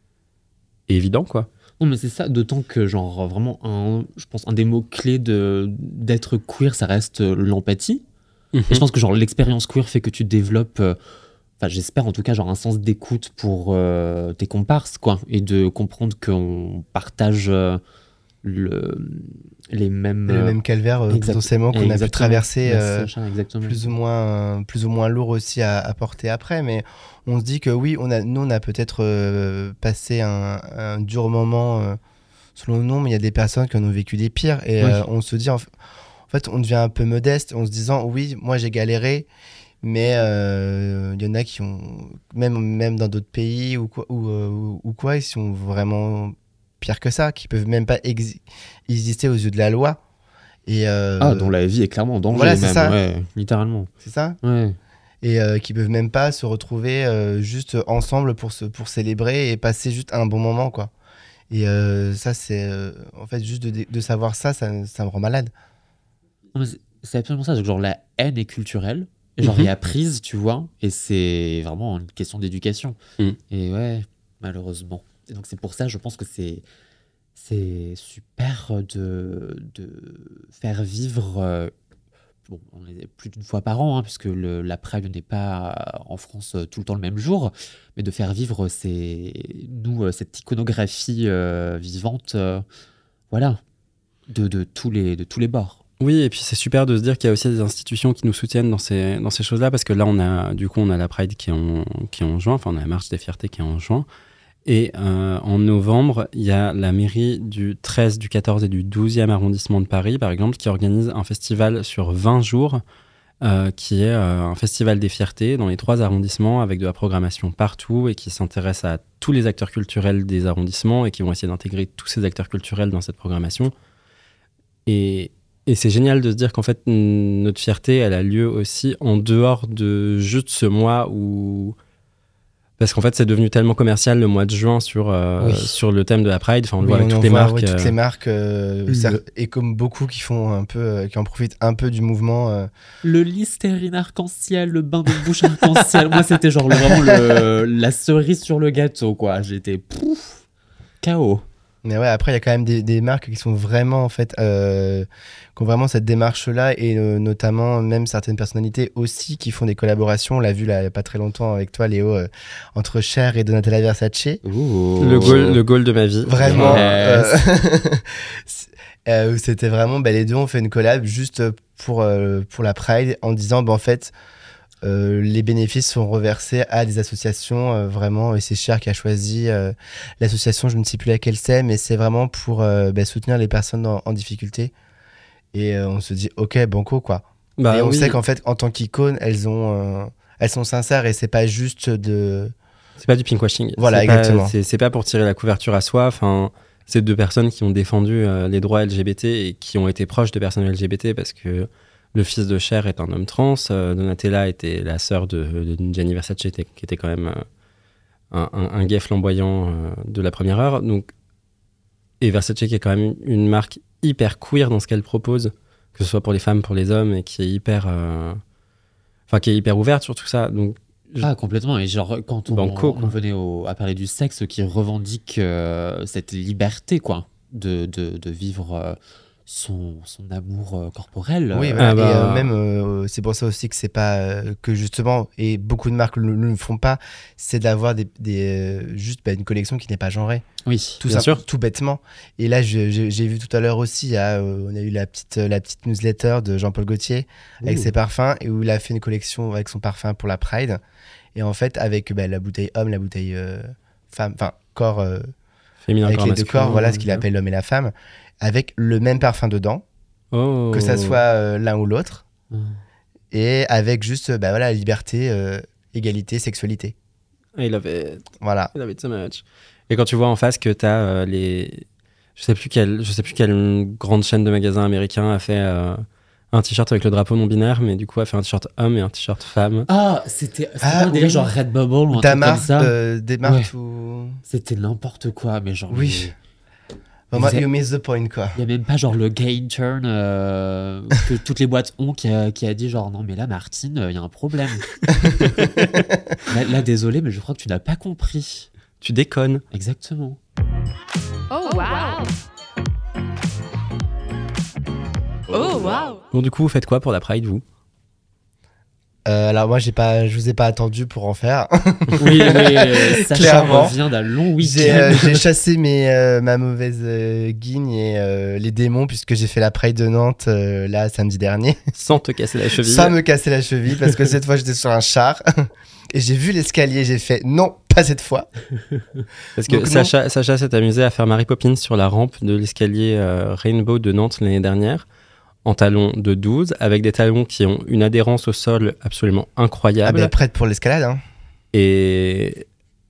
et évident quoi. Non, mais c'est ça, d'autant que, genre, vraiment, un, je pense, un des mots-clés de, d'être queer, ça reste euh, l'empathie. Mm-hmm. Et je pense que, genre, l'expérience queer fait que tu développes, euh, enfin, j'espère en tout cas, genre, un sens d'écoute pour euh, tes comparses, quoi. Et de comprendre qu'on partage euh, le, les mêmes. Le euh, même calvaire euh, exact- potentiellement qu'on a pu exactement. traverser, Merci, euh, Sacha, exactement. plus ou moins, plus ou moins lourd aussi à, à porter après. Mais on se dit que oui, on a, nous, on a peut-être euh, passé un, un dur moment euh, selon nous, mais il y a des personnes qui en ont vécu des pires. Et Oui. euh, on se dit, en, f- en fait, on devient un peu modeste en se disant, oui, moi j'ai galéré, mais euh, il y en a qui ont, même, même dans d'autres pays ou quoi, ou, euh, ou, ou quoi, ils sont vraiment pire que ça, qui peuvent même pas exi- exister aux yeux de la loi. Et euh, Ah, dont la vie est clairement en danger, voilà, c'est même, ça. ouais, littéralement. c'est ça. Ouais. Et euh, qui peuvent même pas se retrouver euh, juste ensemble pour se pour célébrer et passer juste un bon moment quoi. Et euh, ça c'est euh, en fait juste de, de savoir ça, ça, ça me rend malade. Non, mais c'est- c'est absolument ça, genre la haine est culturelle, et genre Mhm. est apprise, tu vois, et c'est vraiment une question d'éducation. Mm. Et ouais, malheureusement. Et donc c'est pour ça, je pense que c'est c'est super de, de faire vivre, euh, bon, on est plus d'une fois par an, hein, puisque le, la Pride n'est pas en France euh, tout le temps le même jour, mais de faire vivre ces, nous, euh, cette iconographie euh, vivante, euh, voilà, de, de, tous les, de tous les bords. Oui, et puis c'est super de se dire qu'il y a aussi des institutions qui nous soutiennent dans ces, dans ces choses-là, parce que là, on a, du coup, on a la Pride qui est en, qui est en juin, enfin, on a la Marche des Fiertés qui est en juin. Et euh, en novembre, il y a la mairie du treize, du quatorze et du douzième arrondissement de Paris, par exemple, qui organise un festival sur vingt jours, euh, qui est euh, un festival des fiertés dans les trois arrondissements, avec de la programmation partout, et qui s'intéresse à tous les acteurs culturels des arrondissements, et qui vont essayer d'intégrer tous ces acteurs culturels dans cette programmation. Et... Et c'est génial de se dire qu'en fait, notre fierté, elle a lieu aussi en dehors de juste ce mois où... Parce qu'en fait, c'est devenu tellement commercial le mois de juin sur, euh, Oui. sur le thème de la Pride. Enfin, on le Oui, voit avec on toutes en les voit, marques. ouais, toutes euh, les marques euh, le- cer- et comme beaucoup qui font un peu euh, qui en profitent un peu du mouvement euh, Le Listerine arc-en-ciel, le bain de bouche arc-en-ciel, moi c'était genre le- vraiment le, la cerise sur le gâteau, quoi. J'étais pouf, K O. Mais ouais, après, il y a quand même des, des marques qui sont vraiment, en fait, euh, qui ont vraiment cette démarche-là, et euh, notamment même certaines personnalités aussi qui font des collaborations. On l'a vu là, il n'y a pas très longtemps avec toi, Léo, euh, entre Cher et Donatella Versace. Le goal, le goal de ma vie. Vraiment. Yes. euh, c'est- euh, C'était vraiment, bah, les deux ont fait une collab juste pour, euh, pour la Pride en disant, bah, en fait, euh, les bénéfices sont reversés à des associations euh, vraiment, et c'est Cher qui a choisi euh, l'association, je ne sais plus laquelle c'est, mais c'est vraiment pour euh, bah, soutenir les personnes en, en difficulté. Et euh, on se dit, ok, banco, quoi. Bah et on oui. sait qu'en fait, en tant qu'icône, elles, ont, euh, elles sont sincères et c'est pas juste de... C'est pas du pinkwashing. Voilà, C'est pas- exactement. C'est c'est pas pour tirer la couverture à soi. Enfin, c'est deux personnes qui ont défendu euh, les droits L G B T et qui ont été proches de personnes L G B T parce que le fils de Cher est un homme trans. euh, Donatella était la sœur de, de Gianni Versace, qui était, qui était quand même euh, un, un, un gay flamboyant euh, de la première heure. Donc, et Versace qui est quand même une marque hyper queer dans ce qu'elle propose, que ce soit pour les femmes, pour les hommes, et qui est hyper, euh, enfin qui est hyper ouverte sur tout ça. Donc Ah, complètement. Et genre, quand on, Banco, on quoi. venait au- à parler du sexe, qui revendique euh, cette liberté, quoi, de, de, de vivre euh, son, son amour euh, corporel. Oui, euh, voilà. Ah bah. Et euh, même, euh, c'est pour ça aussi que c'est pas euh, que justement, et beaucoup de marques ne ne le font pas, c'est d'avoir des, des, euh, juste bah, une collection qui n'est pas genrée. oui, Tout Bien ça, sûr. tout bêtement. Et là, je- je- j'ai vu tout à l'heure aussi, il y a, euh, on a eu la petite, la petite newsletter de Jean-Paul Gaultier avec Ouh. ses parfums, et où il a fait une collection avec son parfum pour la Pride. Et en fait, avec bah, la bouteille homme, la bouteille euh, femme, enfin, corps, euh, féminin, avec corps les deux masculin, corps, voilà ce qu'il bien. appelle l'homme et la femme, avec le même parfum dedans, Oh. que ça soit euh, l'un ou l'autre, Mm. et avec juste bah, voilà, liberté, euh, égalité, sexualité. I love it. Voilà. I love it so much. Et quand tu vois en face que tu as les. Je sais plus quelle, je sais plus quelle grande chaîne de magasins américains a fait euh, un t-shirt avec le drapeau non binaire, mais du coup a fait un t-shirt homme et un t-shirt femme. Ah, c'était c'était Ah, pas un délire oui. genre Redbubble ou un truc Damar, comme ça. euh, Desmartes ou... C'était n'importe quoi, mais genre. Oui. mais- Vraiment, Vous avez- you miss the point, quoi. Il y a même pas genre le gay intern euh, que toutes les boîtes ont qui a, qui a dit genre non mais là Martine, il y a un problème. là, là, désolé, mais je crois que tu n'as pas compris. Tu déconnes. Exactement. Oh wow. Oh wow. Bon, du coup, vous faites quoi pour la Pride, vous? Euh, alors moi, j'ai pas, je vous ai pas attendu pour en faire. Oui, mais Sacha Clairement. revient d'un long J'ai week-end. euh, j'ai chassé mes, euh, ma mauvaise euh, guigne et euh, les démons puisque j'ai fait la Pride de Nantes euh, là samedi dernier. Sans te casser la cheville. Sans me casser la cheville parce que cette fois j'étais sur un char et j'ai vu l'escalier, j'ai fait non, pas cette fois. Parce que Donc, non. Sacha, Sacha s'est amusé à faire Mary Poppins sur la rampe de l'escalier euh, Rainbow de Nantes l'année dernière, en talons de douze, avec des talons qui ont une adhérence au sol absolument Ah incroyable. ben prête pour l'escalade. Hein. Et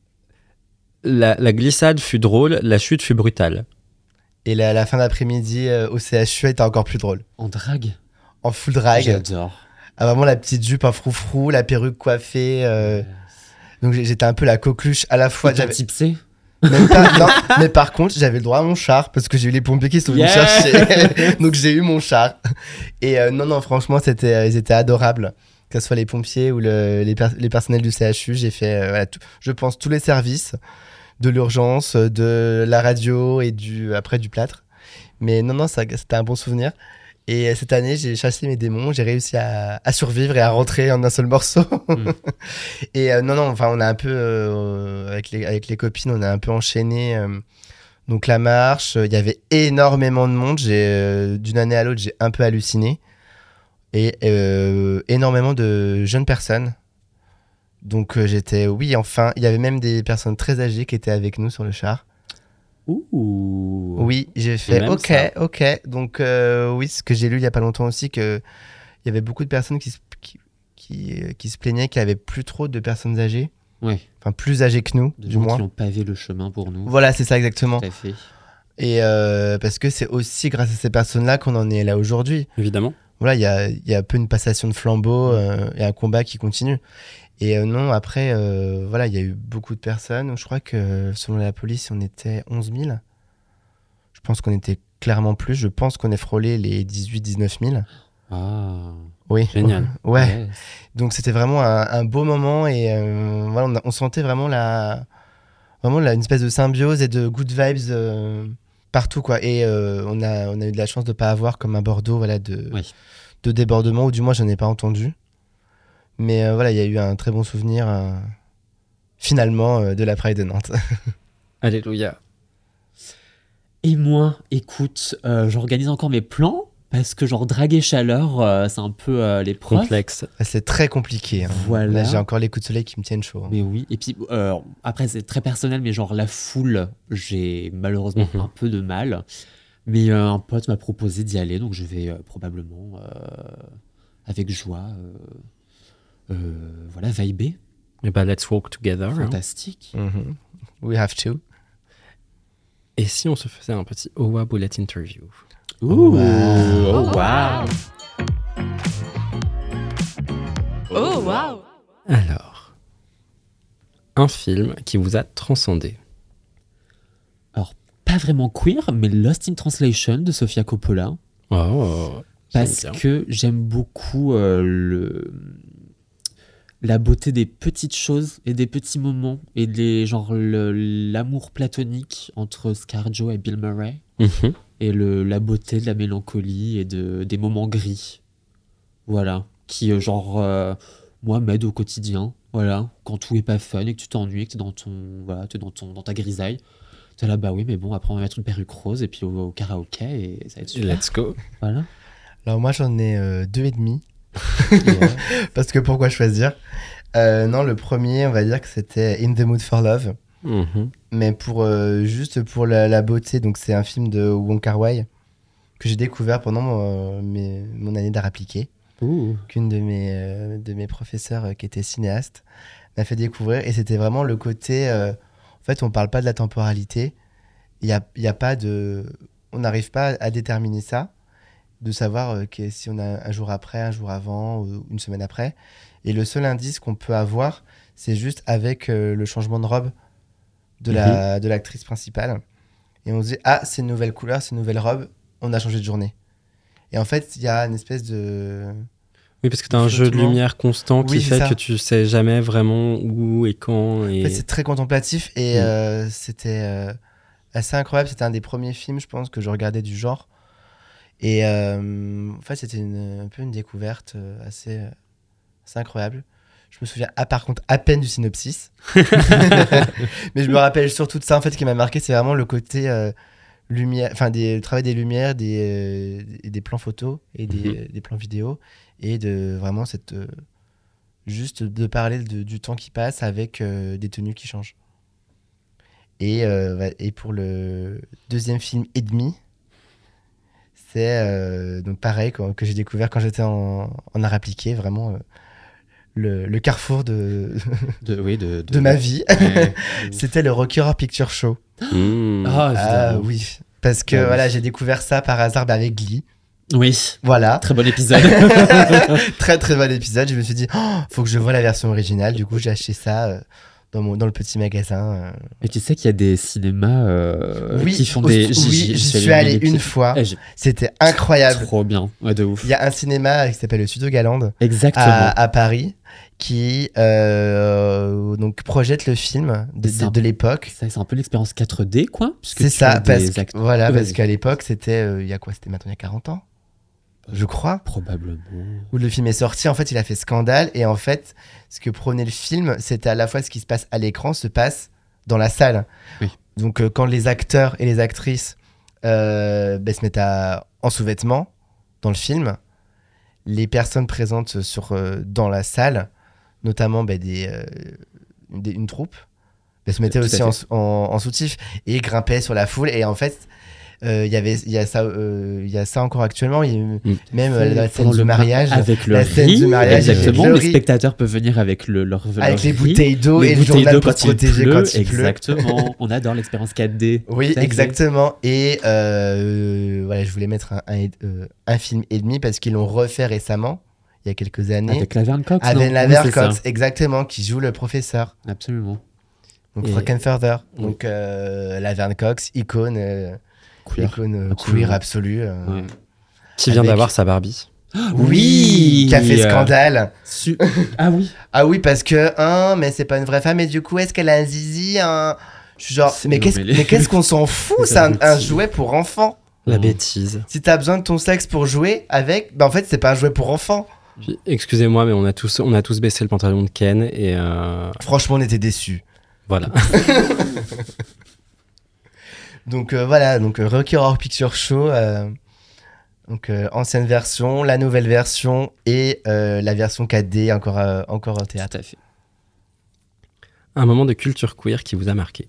la, la glissade fut drôle, la chute fut brutale. Et la, la fin d'après-midi euh, au C H U était encore plus drôle. En drague. En full drag. J'adore. Ah, vraiment la petite jupe, un froufrou, la perruque coiffée. euh, Donc j'ai- j'étais un peu la coqueluche à la fois. Faut J'avais... tipsé. Même pas, non, mais par contre, j'avais le droit à mon char parce que j'ai eu les pompiers qui sont venus Yeah. me chercher. Donc j'ai eu mon char. Et euh, non, non, franchement, c'était, euh, ils étaient adorables. Que ce soit les pompiers ou le- les, per- les personnels du C H U, j'ai fait, euh, voilà, tout- je pense, tous les services de l'urgence, de la radio et du, après du plâtre. Mais non, non, ça, c'était un bon souvenir. Et euh, cette année, j'ai chassé mes démons, j'ai réussi à, à survivre et à rentrer en un seul morceau. Mm. Et euh, non, non, enfin, on a un peu, euh, avec, les, avec les copines, on a un peu enchaîné. euh, donc la marche, il y avait énormément de monde. J'ai, euh, d'une année à l'autre, j'ai un peu halluciné. Et euh, énormément de jeunes personnes. Donc euh, j'étais, oui, enfin, il y avait même des personnes très âgées qui étaient avec nous sur le char. Ouh. Oui, j'ai fait même ok, ça. ok. Donc euh, oui, ce que j'ai lu il y a pas longtemps aussi, que il y avait beaucoup de personnes qui se, qui, qui, euh, qui se plaignaient qu'il y avait plus trop de personnes âgées, Ouais. enfin plus âgées que nous, Des du gens moins. qui ont pavé le chemin pour nous. Voilà, c'est ça exactement. Tout à fait. Et euh, parce que c'est aussi grâce à ces personnes-là qu'on en est là aujourd'hui. Évidemment. Voilà, il y a, il y a un peu une passation de flambeau euh, et un combat qui continue. Et euh, non, après, euh, voilà, il y a eu beaucoup de personnes. Je crois que selon la police, on était onze mille. Je pense qu'on était clairement plus. Je pense qu'on est frôlé les dix-huit dix-neuf mille. Ah. Oui. Génial. Ouais. Yes. Donc c'était vraiment un, un beau moment et euh, voilà, on, a- on sentait vraiment la, vraiment la, une espèce de symbiose et de good vibes euh, partout quoi. Et euh, on a, on a eu de la chance de pas avoir comme à Bordeaux, voilà, de, Oui. de débordement ou du moins j'en ai pas entendu. Mais euh, voilà, il y a eu un très bon souvenir euh, finalement euh, de la Pride de Nantes. Alléluia. Et moi, écoute, euh, j'organise encore mes plans parce que genre drague et chaleur, euh, c'est un peu euh, l'épreuve. Complexe. C'est très compliqué. Hein. Voilà. Là, j'ai encore les coups de soleil qui me tiennent chaud. Hein. Mais oui, et puis euh, après c'est très personnel, mais genre la foule, j'ai malheureusement Mhm. un peu de mal. Mais euh, un pote m'a proposé d'y aller, donc je vais euh, probablement euh, avec joie, euh, euh, voilà, vibrer. Et bah, let's walk together. hein. Fantastique. Mhm. We have to. Et si on se faisait un petit Owa Bullet interview? Ouh, wow. oh wow. Oh wow. Alors, un film qui vous a transcendé. Pas vraiment queer, mais Lost in Translation de Sofia Coppola. Oh, Parce j'aime bien. que j'aime beaucoup euh, le... la beauté des petites choses et des petits moments et les, genre le- l'amour platonique entre Scarjo et Bill Murray Mhm. et le, la beauté de la mélancolie et de, des moments gris. Voilà. Qui, euh, genre, euh, moi, m'aide au quotidien. Voilà. Quand tout est pas fun et que tu t'ennuies, et que tu es dans, ton, voilà, t'es dans, ton, dans ta grisaille. T'es là, bah oui, mais bon, après on va mettre une perruque rose et puis au, au karaoké et ça va être super. Let's go. Voilà. Alors moi j'en ai euh, deux et demi. Yeah. Parce que pourquoi choisir Euh, Non, le premier, on va dire que c'était In the Mood for Love. Mhm. Mais pour, euh, juste pour la, la beauté, donc c'est un film de Wong Kar-wai que j'ai découvert pendant mon, mes- mon année d'art appliqué. Ouh. Qu'une de mes, euh, de mes professeurs euh, qui était cinéaste m'a fait découvrir. Et c'était vraiment le côté... euh, en fait, on parle pas de la temporalité. Il y a, il y a pas de... On n'arrive pas à déterminer ça, de savoir euh, que si on a un jour après, un jour avant, ou une semaine après. Et le seul indice qu'on peut avoir, c'est juste avec euh, le changement de robe de la, de l'actrice principale. et on se dit ah c'est une nouvelle couleur, c'est une nouvelle robe, on a changé de journée. Et en fait il y a une espèce de Oui, parce que tu as un jeu de flottement. lumière constant qui Oui, c'est fait ça. que tu sais jamais vraiment où et quand. Et... En fait, c'est très contemplatif et Mm. euh, c'était euh, assez incroyable. C'était un des premiers films, je pense, que je regardais du genre. Et euh, en fait, c'était une, un peu une découverte euh, assez, euh, assez incroyable. Je me souviens, ah, par contre, à peine du synopsis. Mais je me rappelle surtout de ça, en fait, qui m'a marqué. C'est vraiment le côté euh, lumière, enfin, des- le travail des lumières, des, euh, des, des plans photos et des, Mhm. des plans vidéo. Et de vraiment cette. euh, juste de parler de- du temps qui passe avec euh, des tenues qui changent. Et, euh, ouais, et pour le deuxième film et demi, c'est euh, donc pareil quand- que j'ai découvert quand j'étais en, en art appliqué, vraiment euh, le, le carrefour de, De, oui, de, de ma vie. Ouais. C'était le Rocky Horror Picture Show. Mmh. Ah, Ah évidemment. oui, parce que Ah oui. voilà, j'ai découvert ça par hasard bah, avec Glee. Oui, Voilà, très bon épisode. très très bon épisode. Je me suis dit, oh, faut que je voie la version originale. Du coup, j'ai acheté ça euh, dans, mon, dans le petit magasin. euh. Et tu sais qu'il y a des cinémas euh, Oui, qui font au- des. oui, j'y suis allé une fois. Eh, j'ai- C'était incroyable. Trop bien, ouais, de ouf. Il y a un cinéma qui s'appelle le Studio Galande Exactement. à, à Paris qui euh, donc projette le film de, C'est de- un- de l'époque. Ça, c'est un peu l'expérience quatre D, quoi. puisque C'est tu ça, as parce, des que- acteurs- voilà, Ouais, parce vas-y. qu'à l'époque, c'était euh, il y a quoi C'était maintenant il y a quarante ans, je crois, Probablement. où le film est sorti. En fait, il a fait scandale et en fait, ce que prenait le film, c'était à la fois ce qui se passe à l'écran se passe dans la salle. Oui. Donc, euh, quand les acteurs et les actrices euh, ben, se mettent à- en sous-vêtements dans le film, les personnes présentes sur, euh, dans la salle, notamment ben, des, euh, des- une troupe, ben, se mettaient Tout à aussi fait. en, sou- en- en soutif et grimpaient sur la foule. Et en fait, euh, il y avait- il y, a ça, euh, il y a ça encore actuellement. Il y a eu- Mm. même euh, la scène Pendant du le ma- mariage. Avec le la scène riz, du mariage avec exactement. le Les riz. spectateurs peuvent venir avec le, leur, leur Avec les riz, bouteilles d'eau les et le bouteilles journal d'eau pour quand se il protéger pleut. quand il pleut. Exactement. On adore l'expérience quatre D. Oui, Tout à fait. exactement. Et euh, voilà, je voulais mettre un, un, euh, un film et demi parce qu'ils l'ont refait récemment, il y a quelques années. Avec Laverne Cox. Avec non Laverne Oui, c'est Cox, ça. exactement, qui joue le professeur. Absolument. Donc, Et- Frankenfurter. Oui. Donc, euh, Laverne Cox, icône, euh, Queer. icône euh, Absolument. queer absolue. euh. Ouais. Qui vient Avec- d'avoir sa Barbie. Oui, qui a fait euh, scandale. Su- Ah oui. Ah oui, parce que, hein, mais c'est pas une vraie femme, et du coup, est-ce qu'elle a un zizi un... Je suis genre, C'est- mais non, qu'est-ce mais les- mais qu'est-ce qu'on s'en fout? Les C'est un, un abrutis. jouet pour enfants. La Mhm. bêtise. Si t'as besoin de ton sexe pour jouer avec, bah en fait, c'est pas un jouet pour enfants. Puis, excusez-moi, mais on a tous, on a tous baissé le pantalon de Ken et euh, Franchement, on était déçus. voilà. Donc euh, voilà, donc euh, Rocky Horror Picture Show, euh, donc euh, ancienne version, la nouvelle version et euh, la version quatre D encore, euh, encore en théâtre. Tout à fait. Un moment de culture queer qui vous a marqué.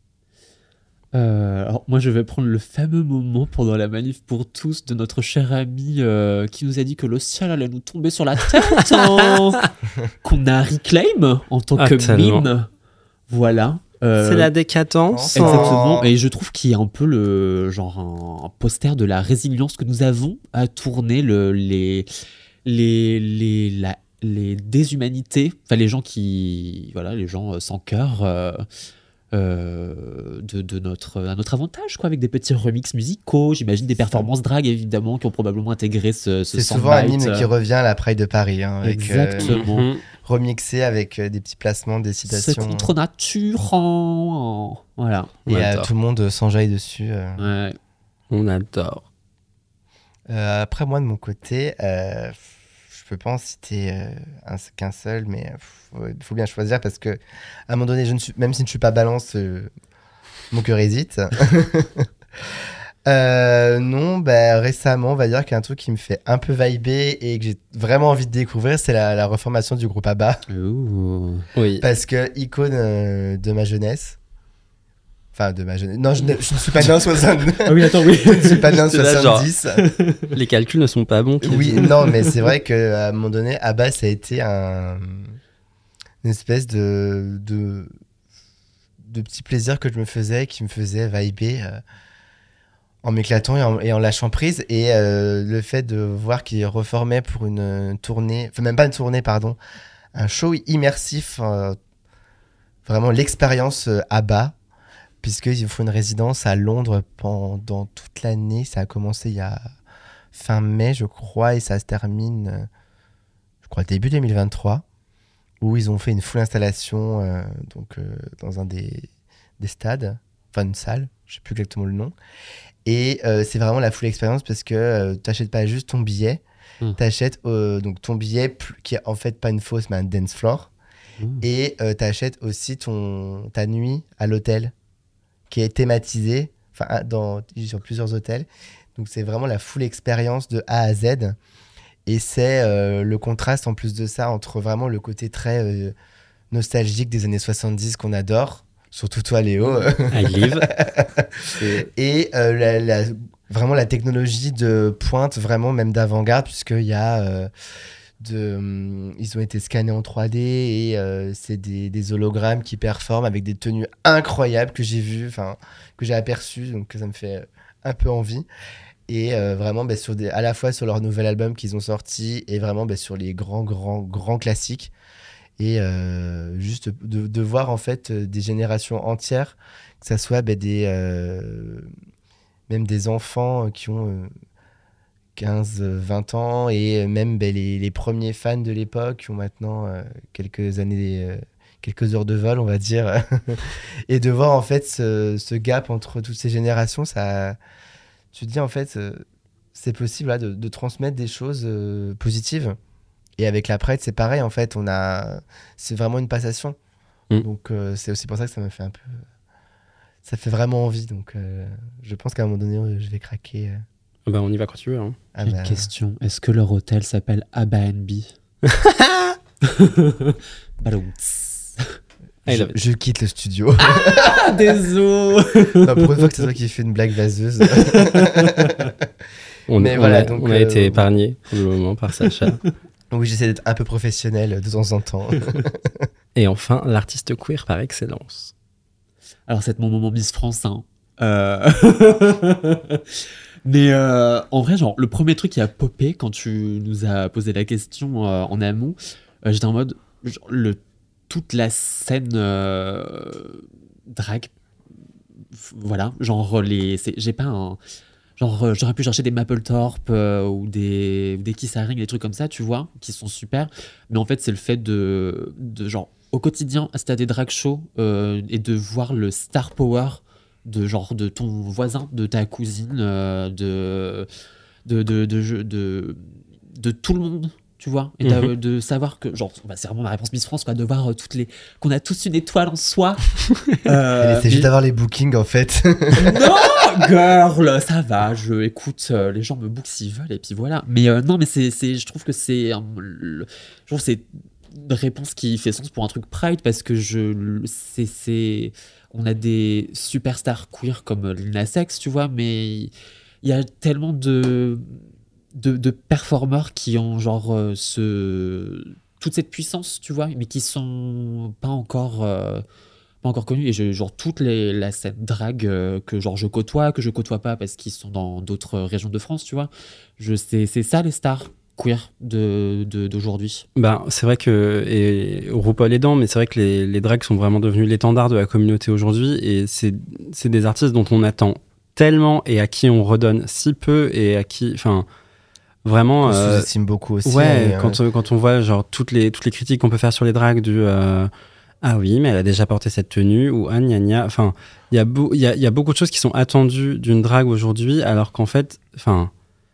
Euh, alors moi je vais prendre le fameux moment pendant la manif pour tous de notre cher ami euh, qui nous a dit que le ciel allait nous tomber sur la tête, hein, qu'on a reclaim en tant Ah, que tellement. mime. Voilà. Euh, C'est la décadence. Exactement. Et je trouve qu'il y a un peu le genre un, un poster de la résilience que nous avons à tourner le, les les les la- les déshumanités, enfin les gens qui voilà les gens euh, sans cœur. euh, euh, de, de notre, à notre avantage, quoi, avec des petits remixes musicaux, j'imagine des performances drag évidemment qui ont probablement intégré ce, ce C'est souvent un soundbite, hymne euh, qui revient à la Pride de Paris, hein, avec, euh, Exactement. Mhm. remixé avec euh, des petits placements, des C'est citations. contre nature, en- voilà. Et On euh, adore. tout le monde s'enjaille dessus. euh. Ouais. On adore. Euh, après, moi, de mon côté, euh, je peux pas en citer euh, un- qu'un seul, mais il faut bien choisir parce que, à un moment donné, je ne suis, même si je ne suis pas balance, euh, mon cœur hésite. Euh, non, bah, récemment, on va dire qu'il y a un truc qui me fait un peu vibrer et que j'ai vraiment envie de découvrir, c'est la, la reformation du groupe ABBA. Ouh. Oui. Parce que, icône euh, de ma jeunesse. Enfin, de ma jeunesse. Non, je ne, je ne suis pas né en soixante-dix. Ah oui, attends, oui. Je ne suis pas né en C'est là, genre. soixante-dix. Les calculs ne sont pas bons. Kevin. Oui, non, mais c'est vrai qu'à un moment donné, ABBA, ça a été un, une espèce de, de, de petit plaisir que je me faisais, qui me faisait vibrer euh, en m'éclatant et en, et en lâchant prise. Et euh, le fait de voir qu'ils reformaient pour une, euh, tournée, enfin même pas une tournée, pardon, un show immersif, euh, vraiment l'expérience euh, ABBA, puisqu'ils font une résidence à Londres pendant toute l'année. Ça a commencé il y a fin mai, je crois, et ça se termine, euh, je crois, début deux mille vingt-trois, où ils ont fait une full installation euh, donc, euh, dans un des, des stades, enfin une salle, je ne sais plus exactement le nom. Et euh, c'est vraiment la full expérience parce que euh, tu n'achètes pas juste ton billet, mmh. tu achètes euh, donc ton billet qui est en fait pas une fosse, mais un dance floor. Mmh. Et euh, tu achètes aussi ton, ta nuit à l'hôtel, qui est thématisée dans, sur plusieurs hôtels. Donc c'est vraiment la full expérience de A à Z. Et c'est euh, le contraste en plus de ça entre vraiment le côté très euh, nostalgique des années soixante-dix qu'on adore, surtout toi Léo. I live. Et euh, la, la, vraiment la technologie de pointe, vraiment même d'avant-garde, puisqu'il y a... Euh, De, hum, ils ont été scannés en trois D et euh, c'est des, des hologrammes qui performent avec des tenues incroyables que j'ai vues, enfin que j'ai aperçues, donc ça me fait un peu envie. Et euh, vraiment bah, sur des, à la fois sur leur nouvel album qu'ils ont sorti et vraiment bah, sur les grands grands grands classiques. Et euh, juste de, de voir en fait des générations entières, que ça soit bah, des euh, même des enfants qui ont euh, quinze vingt ans et même ben, les, les premiers fans de l'époque qui ont maintenant euh, quelques années, euh, quelques heures de vol, on va dire. Et de voir en fait ce, ce gap entre toutes ces générations, ça, tu te dis en fait, euh, c'est possible là, de, de transmettre des choses euh, positives. Et avec la Pride, c'est pareil en fait, on a, c'est vraiment une passation. Mmh. Donc euh, c'est aussi pour ça que ça me fait un peu, ça fait vraiment envie. Donc euh, je pense qu'à un moment donné, je vais craquer. Euh, Bah, on y va quand tu veux. Hein. Ah J'ai bah... une question. Est-ce que leur hôtel s'appelle Airbnb? je, je quitte le studio. Ah, désolé. Non, pour une fois que c'est toi qui fais une blague vaseuse. on, Mais on voilà, a, donc, on a euh, été épargné pour le moment par Sacha. Oui, j'essaie d'être un peu professionnel de temps en temps. Et enfin, l'artiste queer par excellence. Alors, c'est mon moment Miss France. Hein. Euh... Mais euh, en vrai, genre, le premier truc qui a popé quand tu nous as posé la question euh, en amont, euh, j'étais en mode, genre, le, toute la scène euh, drag, voilà, genre, les, c'est, j'ai pas un... Genre, euh, j'aurais pu chercher des Mapplethorpe euh, ou des, des Kiss Haring, des trucs comme ça, tu vois, qui sont super. Mais en fait, c'est le fait de, de genre, au quotidien, assister à des drag shows euh, et de voir le star power de genre de ton voisin, de ta cousine, euh, de, de, de, de, de, de, de tout le monde, tu vois, et mm-hmm. de savoir que, genre, bah, c'est vraiment ma réponse Miss France, quoi, de voir euh, toutes les, qu'on a tous une étoile en soi. euh, c'est juste d'avoir les bookings, en fait. Non, girl, ça va, je écoute, euh, les gens me bookent s'ils veulent, et puis voilà. Mais euh, non, mais c'est, c'est, je trouve que c'est, euh, le, je trouve que c'est une réponse qui fait sens pour un truc Pride, parce que je, c'est, c'est, on a des superstars queer comme Lil Nas X, tu vois, mais il y a tellement de, de, de performeurs qui ont genre euh, ce, toute cette puissance, tu vois, mais qui sont pas encore, euh, pas encore connus. Et je, genre toute les, la scène drag euh, que genre je côtoie, que je côtoie pas parce qu'ils sont dans d'autres régions de France, tu vois. Je, c'est, c'est ça les stars queer de, de, d'aujourd'hui. Ben, c'est vrai que, et RuPaul aidant, mais c'est vrai que les, les drags sont vraiment devenus l'étendard de la communauté aujourd'hui, et c'est, c'est des artistes dont on attend tellement et à qui on redonne si peu, et à qui, enfin, vraiment... On euh, sous-estime beaucoup aussi. Ouais, hein, quand, ouais. euh, quand on voit genre toutes les, toutes les critiques qu'on peut faire sur les drags du... Euh, ah oui, mais elle a déjà porté cette tenue, ou ah gna gna, enfin, il y, beau, y, a, y a beaucoup de choses qui sont attendues d'une drague aujourd'hui, alors qu'en fait, enfin...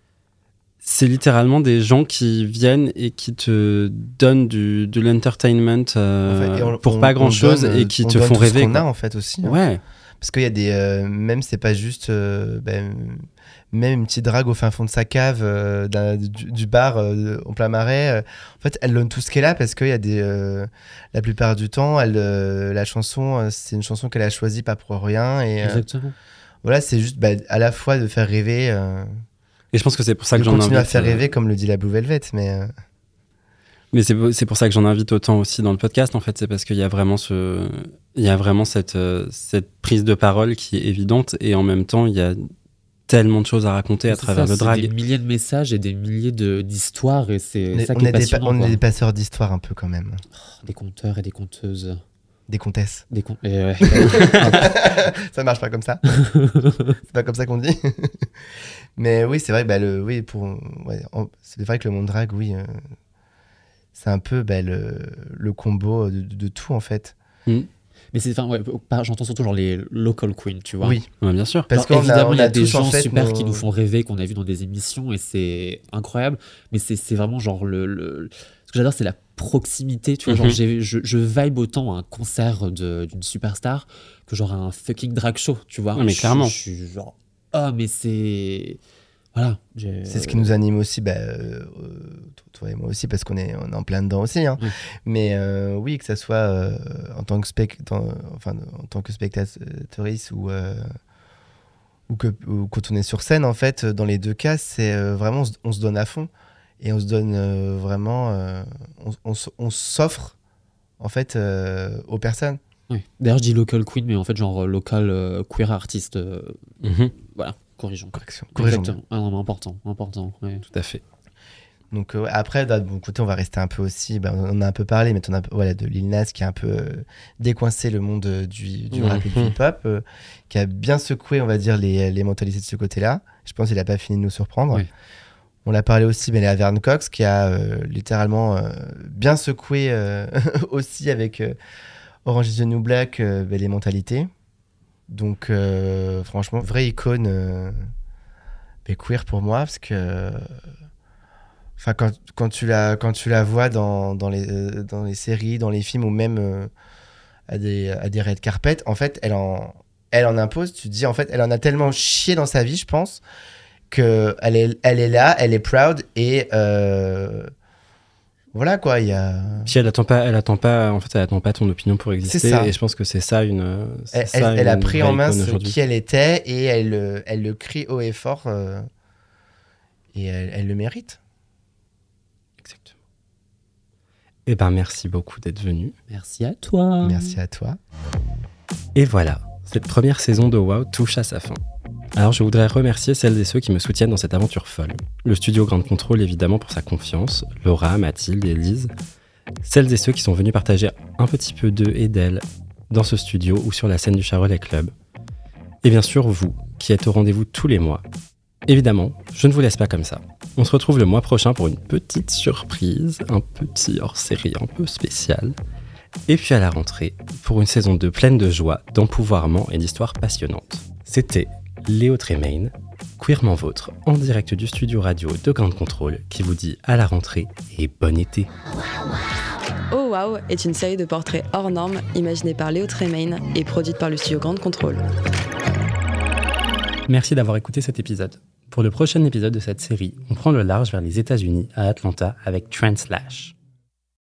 C'est littéralement des gens qui viennent et qui te donnent du, de l'entertainment euh, en fait, on, pour on, pas grand-chose donne, et qui te font rêver. On donne ce qu'on a en fait aussi. Hein. Ouais. Parce qu'il y a des... Euh, même c'est pas juste... Euh, ben, même une petite drague au fin fond de sa cave, euh, du, du bar euh, en plein marais. Euh, en fait, elle donne tout ce qu'elle a parce qu'il y a des... Euh, la plupart du temps, elle, euh, la chanson, euh, c'est une chanson qu'elle a choisie pas pour rien. Et, euh, Exactement. Voilà, c'est juste bah, à la fois de faire rêver... Euh, Et je pense que c'est pour ça que de j'en invite... continuer à faire rêver, comme le dit la Blue Velvet, mais... Euh... Mais c'est, c'est pour ça que j'en invite autant aussi dans le podcast, en fait. C'est parce qu'il y a vraiment, ce... il y a vraiment cette, euh, cette prise de parole qui est évidente, et en même temps, il y a tellement de choses à raconter à c'est travers ça, le drag. C'est des milliers de messages et des milliers de, d'histoires, et c'est on est, ça on qui est est passionnant. Des, on quoi. est des passeurs d'histoire un peu, quand même. Oh, des conteurs et des conteuses. Des comtesses. Des con... et ouais. Ça marche pas comme ça. C'est pas comme ça qu'on dit. Mais oui, c'est vrai, bah, le, oui, pour, ouais, en- c'est vrai que le monde drag, oui, euh, c'est un peu bah, le, le combo de, de, de tout, en fait. Mais c'est, enfin, ouais, par- j'entends surtout genre les local queens, tu vois. Oui, Ouais, bien sûr. parce Alors, qu'on a, évidemment, on il y a, a des tous, gens en fait, super nos- qui nous font rêver, qu'on a vu dans des émissions, et c'est incroyable. Mais c'est, c'est vraiment genre le, le- ce que j'adore, c'est la proximité. Tu vois, genre Mhm. j'ai- je, je vibe autant à un concert de- d'une superstar que genre à un fucking drag show, tu vois. Ouais, mais Je- clairement. Je suis genre, ah, mais c'est, voilà. j'ai- C'est ce qui nous anime aussi, bah, euh, toi et moi aussi, parce qu'on est, on est en plein dedans aussi. Hein. Oui. Mais euh, oui, que ça soit euh, en tant que spec, dans- enfin, en tant que spectatrice ou, euh, ou, que, ou quand on est sur scène, en fait, dans les deux cas, c'est euh, vraiment, on se, on se donne à fond. Et on se donne euh, vraiment, euh, on, on s- on s'offre, en fait, euh, aux personnes. Oui. D'ailleurs, je dis local queen, mais en fait, genre euh, local euh, queer artiste. euh, Mhm. voilà, corrigeons. Correction. Corrigeons. Exactement. Ah non, mais important, important. ouais. Tout à fait. Donc euh, ouais, après, d'un bon côté, on va rester un peu aussi. Bah, on en a un peu parlé, mais on a voilà, de Lil Nas qui a un peu euh, décoincé le monde euh, du, du rap et du Mhm. hip-hop, euh, qui a bien secoué, on va dire, les, les mentalités de ce côté-là. Je pense qu'il n'a pas fini de nous surprendre. Oui. On l'a parlé aussi, mais la Verne Cox qui a euh, littéralement euh, bien secoué euh, aussi avec euh, Orange is the New Black euh, bah, les mentalités. Donc euh, franchement, vraie icône euh, bah, queer pour moi, parce que enfin quand, quand tu la quand tu la vois dans, dans les euh, dans les séries, dans les films ou même euh, à des à des red carpet, en fait, elle en elle en impose. Tu te dis en fait, elle en a tellement chié dans sa vie, je pense, que elle est elle est là, elle est proud et euh, voilà quoi, il y a Puis elle attend pas, elle attend pas, en fait, elle attend pas ton opinion pour exister. C'est ça. Et je pense que c'est ça une. c'est elle, ça elle- elle a une pris vraie en main icône ce aujourd'hui. qui elle était et elle euh, elle le crie haut et fort euh, et elle, elle le mérite. Exactement. Eh ben, merci beaucoup d'être venu. Merci à toi. Merci à toi. Et voilà, cette première saison de Wow touche à sa fin. Alors je voudrais remercier celles et ceux qui me soutiennent dans cette aventure folle. Le studio Grande Contrôle évidemment pour sa confiance, Laura, Mathilde et Lise. Celles et ceux qui sont venus partager un petit peu d'eux et d'elles dans ce studio ou sur la scène du Charolais Club. Et bien sûr vous, qui êtes au rendez-vous tous les mois. Évidemment, je ne vous laisse pas comme ça. On se retrouve le mois prochain pour une petite surprise, un petit hors-série un peu spécial. Et puis à la rentrée, pour une saison deux pleine de joie, d'empouvoirment et d'histoires passionnantes. C'était Léo Tremaine, Queerement Vôtre, en direct du studio radio de Grande Contrôle, qui vous dit à la rentrée et bon été. Oh Wow est une série de portraits hors normes imaginée par Léo Tremaine et produite par le studio Grande Contrôle. Merci d'avoir écouté cet épisode. Pour le prochain épisode de cette série, on prend le large vers les États-Unis, à Atlanta, avec Translash.